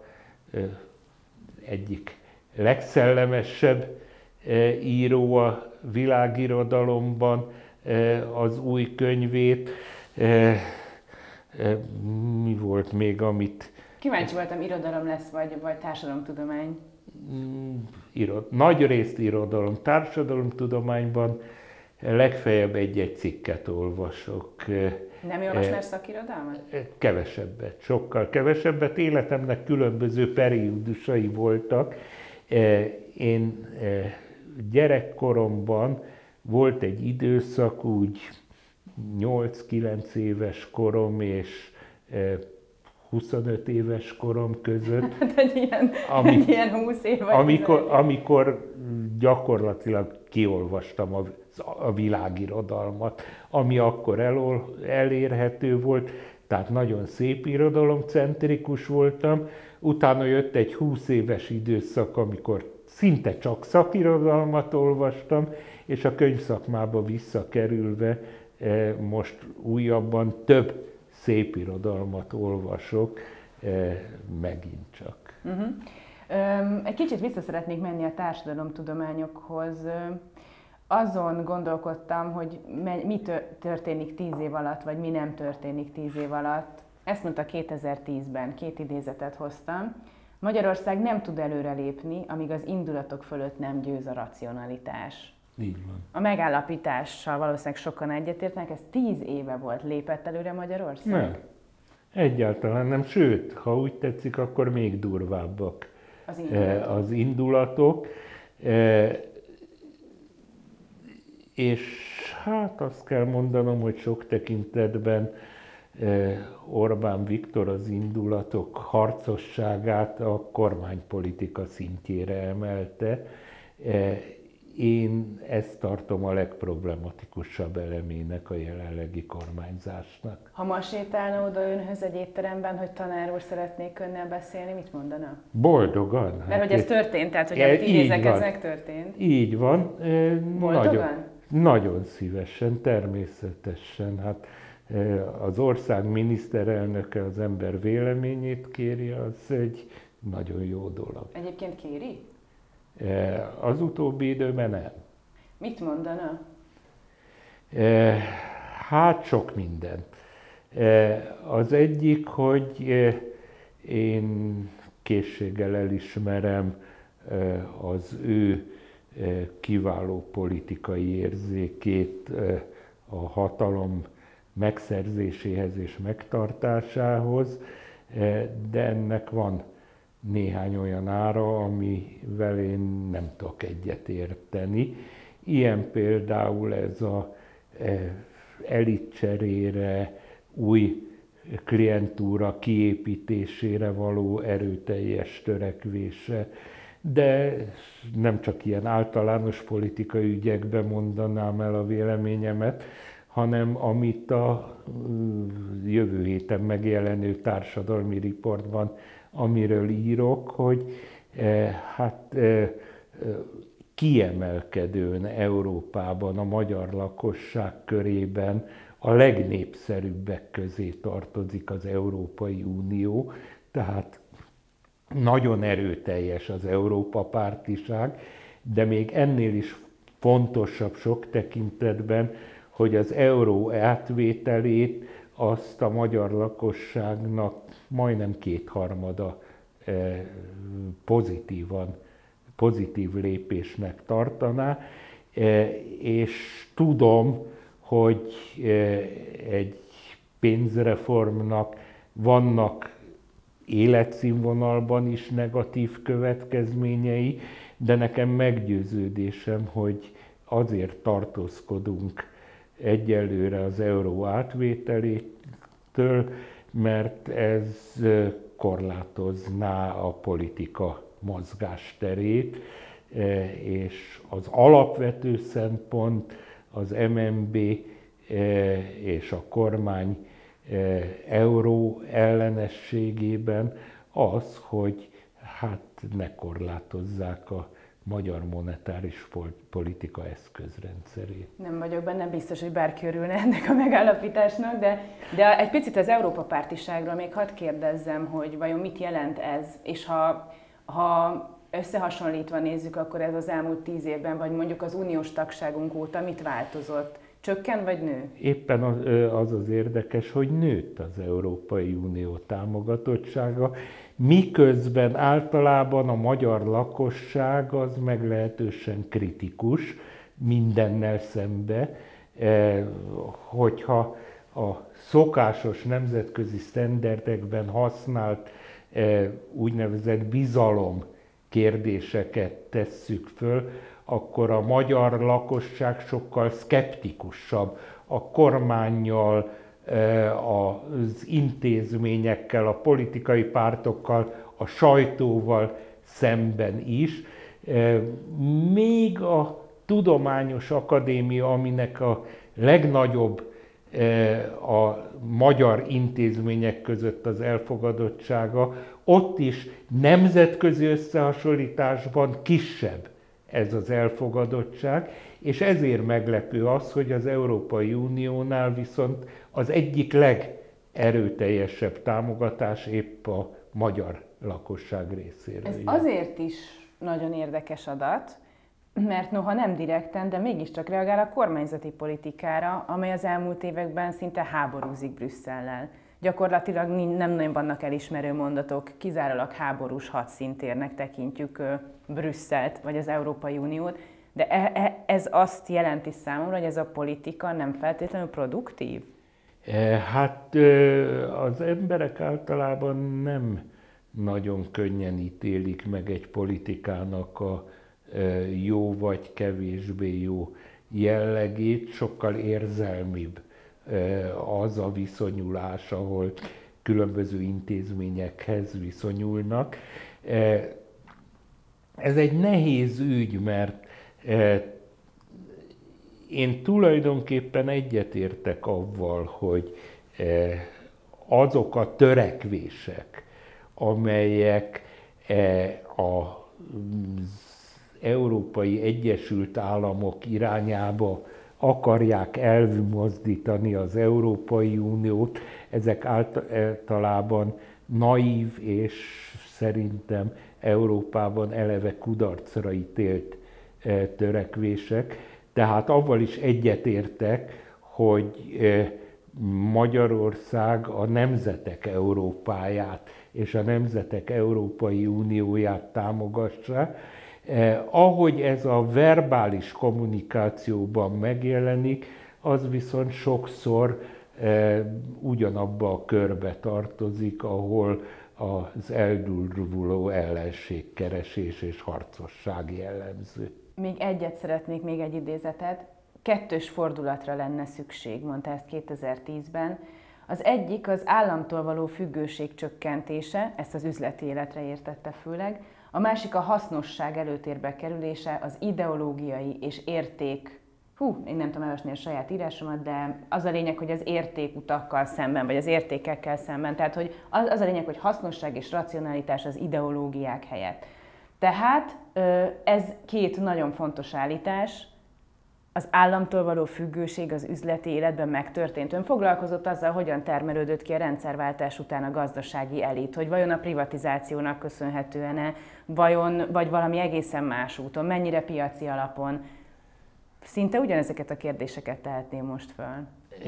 egyik legszellemesebb író a világirodalomban az új könyvét. Mi volt még, amit
Kíváncsi voltam, irodalom lesz, vagy, vagy társadalomtudomány?
Mm, irod, nagy részt irodalom, társadalomtudományban legfeljebb egy-egy cikket olvasok.
Nem olvas már szakirodalmat?
Kevesebbet, sokkal kevesebbet. Életemnek különböző periódusai voltak. Én gyerekkoromban volt egy időszak, úgy nyolc-kilenc éves korom és huszonöt éves korom között.
Hát egy ilyen, ami, egy ilyen húsz év vagy
amikor, amikor gyakorlatilag kiolvastam a, a világirodalmat, ami akkor elol, elérhető volt, tehát nagyon szép irodalomcentrikus voltam. Utána jött egy húsz éves időszak, amikor szinte csak szakirodalmat olvastam, és a könyvszakmába visszakerülve most újabban több szép irodalmat olvasok, megint csak.
Uh-huh. Egy kicsit vissza szeretnék menni a társadalomtudományokhoz. Azon gondolkodtam, hogy mi történik tíz év alatt, vagy mi nem történik tíz év alatt. Ezt mondta kétezer-tízben, két idézetet hoztam. Magyarország nem tud előrelépni, amíg az indulatok fölött nem győz a racionalitás.
Így van.
A megállapítással valószínűleg sokan egyetértnek, ez tíz éve volt, lépett előre Magyarország?
Nem. Egyáltalán nem, sőt, ha úgy tetszik, akkor még durvábbak
az indulatok.
Az indulatok. És hát azt kell mondanom, hogy sok tekintetben Orbán Viktor az indulatok harcosságát a kormánypolitika szintjére emelte. Én ezt tartom a legproblematikusabb elemének a jelenlegi kormányzásnak.
Ha ma sétálna oda önhöz egy étteremben, hogy tanár úr, szeretnék önnel beszélni, mit mondana?
Boldogan.
Mert hát hogy ez történt, tehát hogy amit idézek, ez megtörtént.
Így van.
Boldogan?
Nagyon, nagyon szívesen, természetesen. Hát az ország miniszterelnöke az ember véleményét kéri, az egy nagyon jó dolog.
Egyébként kéri?
Az utóbbi időben nem.
Mit mondana?
Hát sok mindent. Az egyik, hogy én készséggel elismerem az ő kiváló politikai érzékét a hatalom megszerzéséhez és megtartásához, de ennek van néhány olyan ára, amivel én nem tudok egyet érteni. Ilyen például ez a elitcserére, új klientúra kiépítésére való erőteljes törekvése, de nem csak ilyen általános politikai ügyekben mondanám el a véleményemet, hanem amit a jövő héten megjelenő társadalmi riportban, amiről írok, hogy hát kiemelkedően Európában a magyar lakosság körében a legnépszerűbbek közé tartozik az Európai Unió, tehát nagyon erőteljes az Európa pártiság, de még ennél is fontosabb sok tekintetben, hogy az euró átvételét azt a magyar lakosságnak majdnem kétharmada pozitívan, pozitív lépésnek tartaná, és tudom, hogy egy pénzreformnak vannak életszínvonalban is negatív következményei, de nekem meggyőződésem, hogy azért tartózkodunk egyelőre az euró átvételétől, mert ez korlátozná a politika mozgásterét, és az alapvető szempont az em en bé és a kormány euró ellenességében az, hogy hát ne korlátozzák a magyar monetáris politika eszközrendszerét.
Nem vagyok benne biztos, hogy bárki örülne ennek a megállapításnak, de, de egy picit az Európa pártiságról még hadd kérdezzem, hogy vajon mit jelent ez, és ha, ha összehasonlítva nézzük, akkor ez az elmúlt tíz évben, vagy mondjuk az uniós tagságunk óta mit változott? Csökken vagy nő?
Éppen az az, az érdekes, hogy nőtt az Európai Unió támogatottsága, miközben általában a magyar lakosság az meglehetősen kritikus mindennel szembe, hogyha a szokásos nemzetközi sztenderdekben használt úgynevezett bizalom kérdéseket tesszük föl, akkor a magyar lakosság sokkal szkeptikusabb a kormánnyal, az intézményekkel, a politikai pártokkal, a sajtóval szemben is. Még a Tudományos Akadémia, aminek a legnagyobb a magyar intézmények között az elfogadottsága, ott is nemzetközi összehasonlításban kisebb ez az elfogadottság, és ezért meglepő az, hogy az Európai Uniónál viszont az egyik legerőteljesebb támogatás épp a magyar lakosság részéről.
Ez azért is nagyon érdekes adat, mert noha nem direkten, de mégiscsak reagál a kormányzati politikára, amely az elmúlt években szinte háborúzik Brüsszellel. Gyakorlatilag nem nagyon vannak elismerő mondatok, kizárólag háborús hadszíntérnek tekintjük Brüsszelt vagy az Európai Uniót, de ez azt jelenti számomra, hogy ez a politika nem feltétlenül produktív?
Hát az emberek általában nem nagyon könnyen ítélik meg egy politikának a jó vagy kevésbé jó jellegét, sokkal érzelmibb az a viszonyulás, ahol különböző intézményekhez viszonyulnak. Ez egy nehéz ügy, mert én tulajdonképpen egyetértek avval, hogy azok a törekvések, amelyek az Európai Egyesült Államok irányába akarják elmozdítani az Európai Uniót, ezek általában naív és szerintem Európában eleve kudarcra ítélt törekvések. Tehát avval is egyetértek, hogy Magyarország a nemzetek Európáját és a nemzetek Európai Unióját támogassa. Eh, ahogy ez a verbális kommunikációban megjelenik, az viszont sokszor eh, ugyanabba a körbe tartozik, ahol az eldurvuló ellenségkeresés és harcosság jellemző.
Még egyet szeretnék, még egy idézetet. Kettős fordulatra lenne szükség, mondta ezt kétezer-tízben. Az egyik az államtól való függőség csökkentése, ezt az üzleti életre értette főleg, a másik a hasznosság előtérbe kerülése, az ideológiai és érték, hú, én nem tudom elolvasni a saját írásomat, de az a lényeg, hogy az értékutakkal szemben, vagy az értékekkel szemben, tehát hogy az, az a lényeg, hogy hasznosság és racionalitás az ideológiák helyett. Tehát ez két nagyon fontos állítás, az államtól való függőség az üzleti életben megtörtént. Ön foglalkozott azzal, hogyan termelődött ki a rendszerváltás után a gazdasági elit, hogy vajon a privatizációnak köszönhetően-e, vajon, vagy valami egészen más úton, mennyire piaci alapon. Szinte ugyanezeket a kérdéseket tehetném most föl.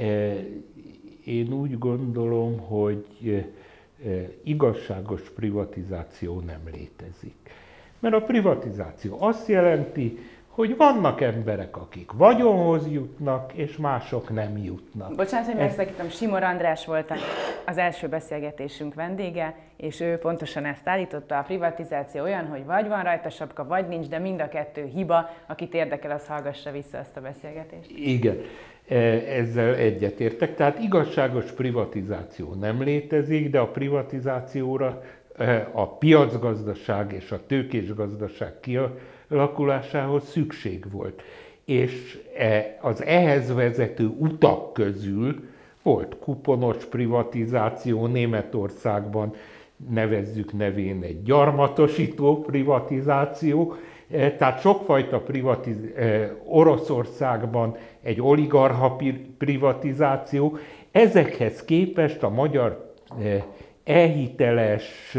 Én úgy gondolom, hogy igazságos privatizáció nem létezik. Mert a privatizáció azt jelenti, hogy vannak emberek, akik vagyonhoz jutnak, és mások nem jutnak.
Bocsánat, hogy megszakítom, Simor András volt az első beszélgetésünk vendége, és ő pontosan ezt állította, a privatizáció olyan, hogy vagy van rajta sapka, vagy nincs, de mind a kettő hiba, akit érdekel, az hallgassa vissza ezt a beszélgetést.
Igen, ezzel egyetértek. Tehát igazságos privatizáció nem létezik, de a privatizációra a piacgazdaság és a tőkés gazdaság kialakulásához szükség volt. És az ehhez vezető utak közül volt kuponos privatizáció, Németországban nevezzük nevén egy gyarmatosító privatizáció, tehát sokfajta privatizáció, Oroszországban egy oligarcha privatizáció. Ezekhez képest a magyar e-hiteles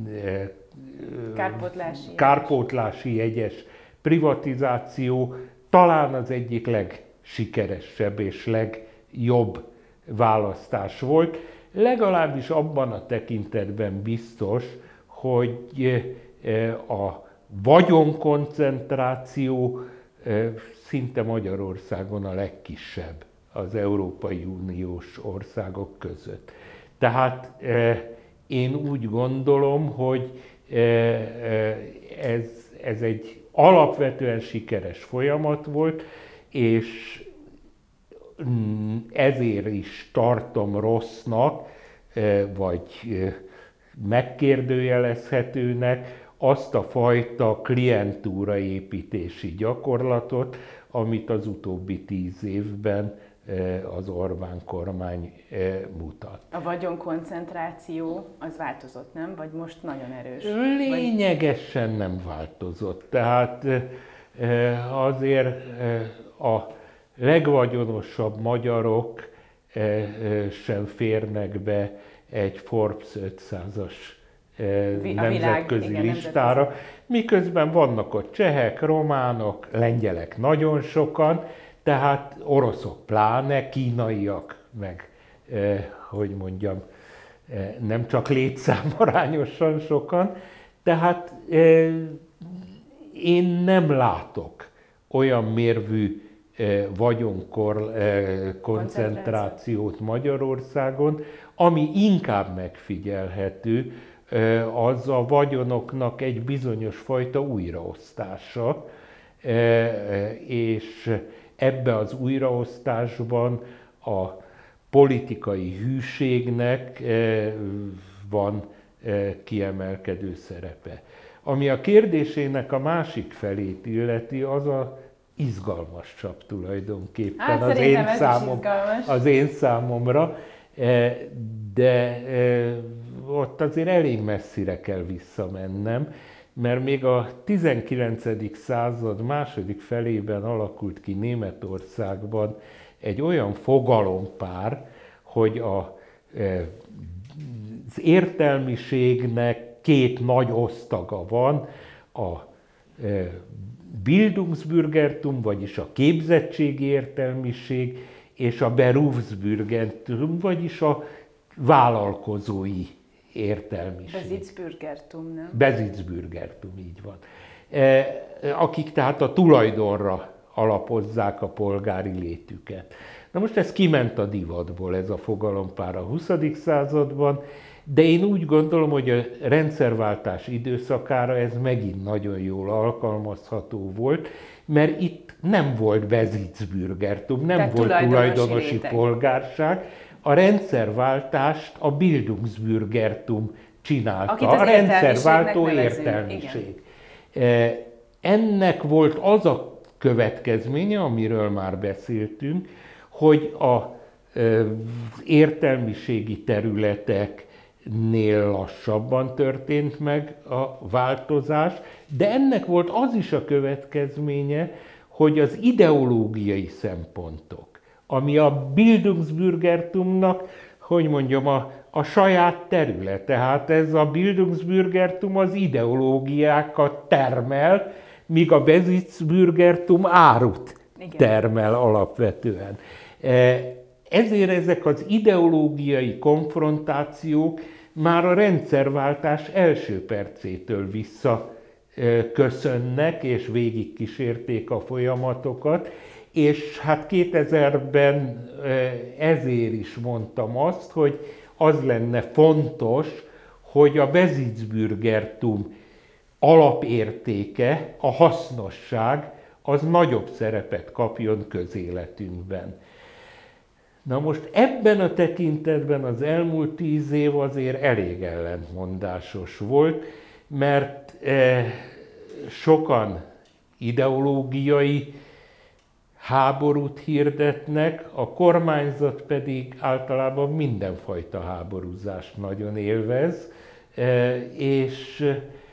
kárpótlási,
kárpótlási jegyes privatizáció talán az egyik legsikeresebb és legjobb választás volt, legalábbis abban a tekintetben biztos, hogy a vagyonkoncentráció szinte Magyarországon a legkisebb az Európai Uniós országok között. Tehát én úgy gondolom, hogy ez, ez egy alapvetően sikeres folyamat volt, és ezért is tartom rossznak, vagy megkérdőjelezhetőnek azt a fajta klientúraépítési gyakorlatot, amit az utóbbi tíz évben az Orbán kormány mutat.
A vagyonkoncentráció az változott, nem? Vagy most nagyon erős?
Lényegesen nem változott. Tehát azért a legvagyonosabb magyarok sem férnek be egy Forbes ötszázas nemzetközi
világ,
listára,
igen,
miközben vannak ott csehek, románok, lengyelek nagyon sokan, tehát oroszok pláne, kínaiak meg, eh, hogy mondjam, eh, nem csak létszámarányosan sokan, tehát eh, én nem látok olyan mérvű eh, vagyonkoncentrációt Magyarországon, ami inkább megfigyelhető, eh, az a vagyonoknak egy bizonyos fajta újraosztása, eh, és ebbe az újraosztásban a politikai hűségnek van kiemelkedő szerepe. Ami a kérdésének a másik felét illeti, az a izgalmasabb tulajdonképpen
hát,
az, én számom, az én számomra, de ott azért elég messzire kell visszamennem, mert még a tizenkilencedik század második felében alakult ki Németországban egy olyan fogalompár, hogy a, az értelmiségnek két nagy osztaga van, a Bildungsbürgertum, vagyis a képzettségi értelmiség, és a Berufsbürgertum, vagyis a vállalkozói értelmiség.
Besitzbürgertum, nem?
Besitzbürgertum, így van. Akik tehát a tulajdonra alapozzák a polgári létüket. Na most ez kiment a divatból, ez a fogalompár a huszadik században, de én úgy gondolom, hogy a rendszerváltás időszakára ez megint nagyon jól alkalmazható volt, mert itt nem volt Besitzbürgertum, nem
Tehát
volt tulajdonosi,
tulajdonosi réteg.
polgárság. A rendszerváltást a Bildungsbürgertum csinálta, a rendszerváltó értelmiség. Igen. Ennek volt az a következménye, amiről már beszéltünk, hogy az értelmiségi területeknél lassabban történt meg a változás, de ennek volt az is a következménye, hogy az ideológiai szempontok, ami a Bildungsbürgertumnak, hogy mondjam, a, a saját területe. Hát ez a Bildungsbürgertum az ideológiákat termel, míg a Besitzbürgertum árut Igen. termel alapvetően. Ezért ezek az ideológiai konfrontációk már a rendszerváltás első percétől visszaköszönnek, és végigkísérték a folyamatokat, és hát kétezerben ezért is mondtam azt, hogy az lenne fontos, hogy a Besitzbürgertum alapértéke, a hasznosság, az nagyobb szerepet kapjon közéletünkben. Na most ebben a tekintetben az elmúlt tíz év azért elég ellentmondásos volt, mert eh, sokan ideológiai háborút hirdetnek, a kormányzat pedig általában mindenfajta háborúzást nagyon élvez, és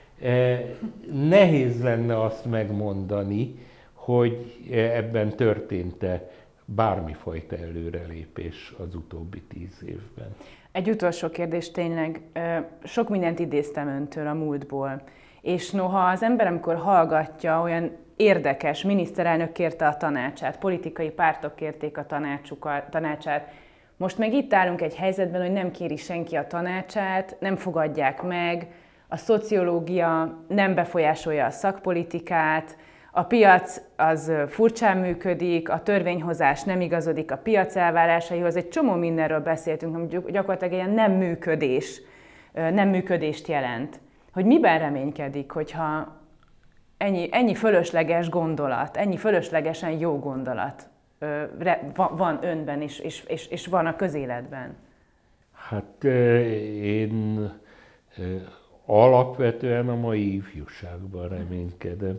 nehéz lenne azt megmondani, hogy ebben történt-e bármifajta előrelépés az utóbbi tíz évben.
Egy utolsó kérdés tényleg. Sok mindent idéztem öntől a múltból, És noha az ember, amikor hallgatja, olyan érdekes, miniszterelnök kérte a tanácsát, politikai pártok kérték a tanácsát, most meg itt állunk egy helyzetben, hogy nem kéri senki a tanácsát, nem fogadják meg, a szociológia nem befolyásolja a szakpolitikát, a piac az furcsán működik, a törvényhozás nem igazodik a piac elvárásaihoz, egy csomó mindenről beszéltünk, ami gyakorlatilag ilyen nem működés, nem működést jelent. Hogy miben reménykedik, hogyha ennyi, ennyi fölösleges gondolat, ennyi fölöslegesen jó gondolat van önben és, és, és, és van a közéletben?
Hát én alapvetően a mai ifjúságban reménykedem.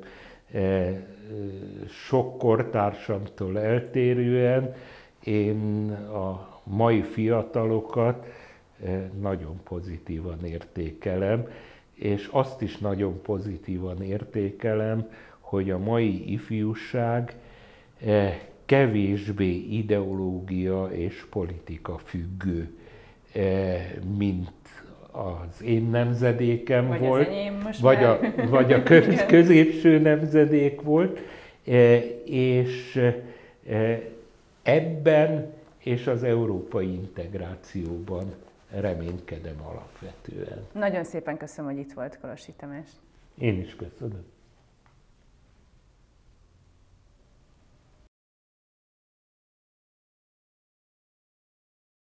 Sok kortársamtól eltérően én a mai fiatalokat nagyon pozitívan értékelem, és azt is nagyon pozitívan értékelem, hogy a mai ifjúság kevésbé ideológia és politika függő, mint az én nemzedékem
vagy
volt,
vagy
a, vagy a köz, középső nemzedék volt, és ebben és az európai integrációban reménykedem alapvetően.
Nagyon szépen köszönöm, hogy itt volt, Kolossy Tamás.
Én is köszönöm.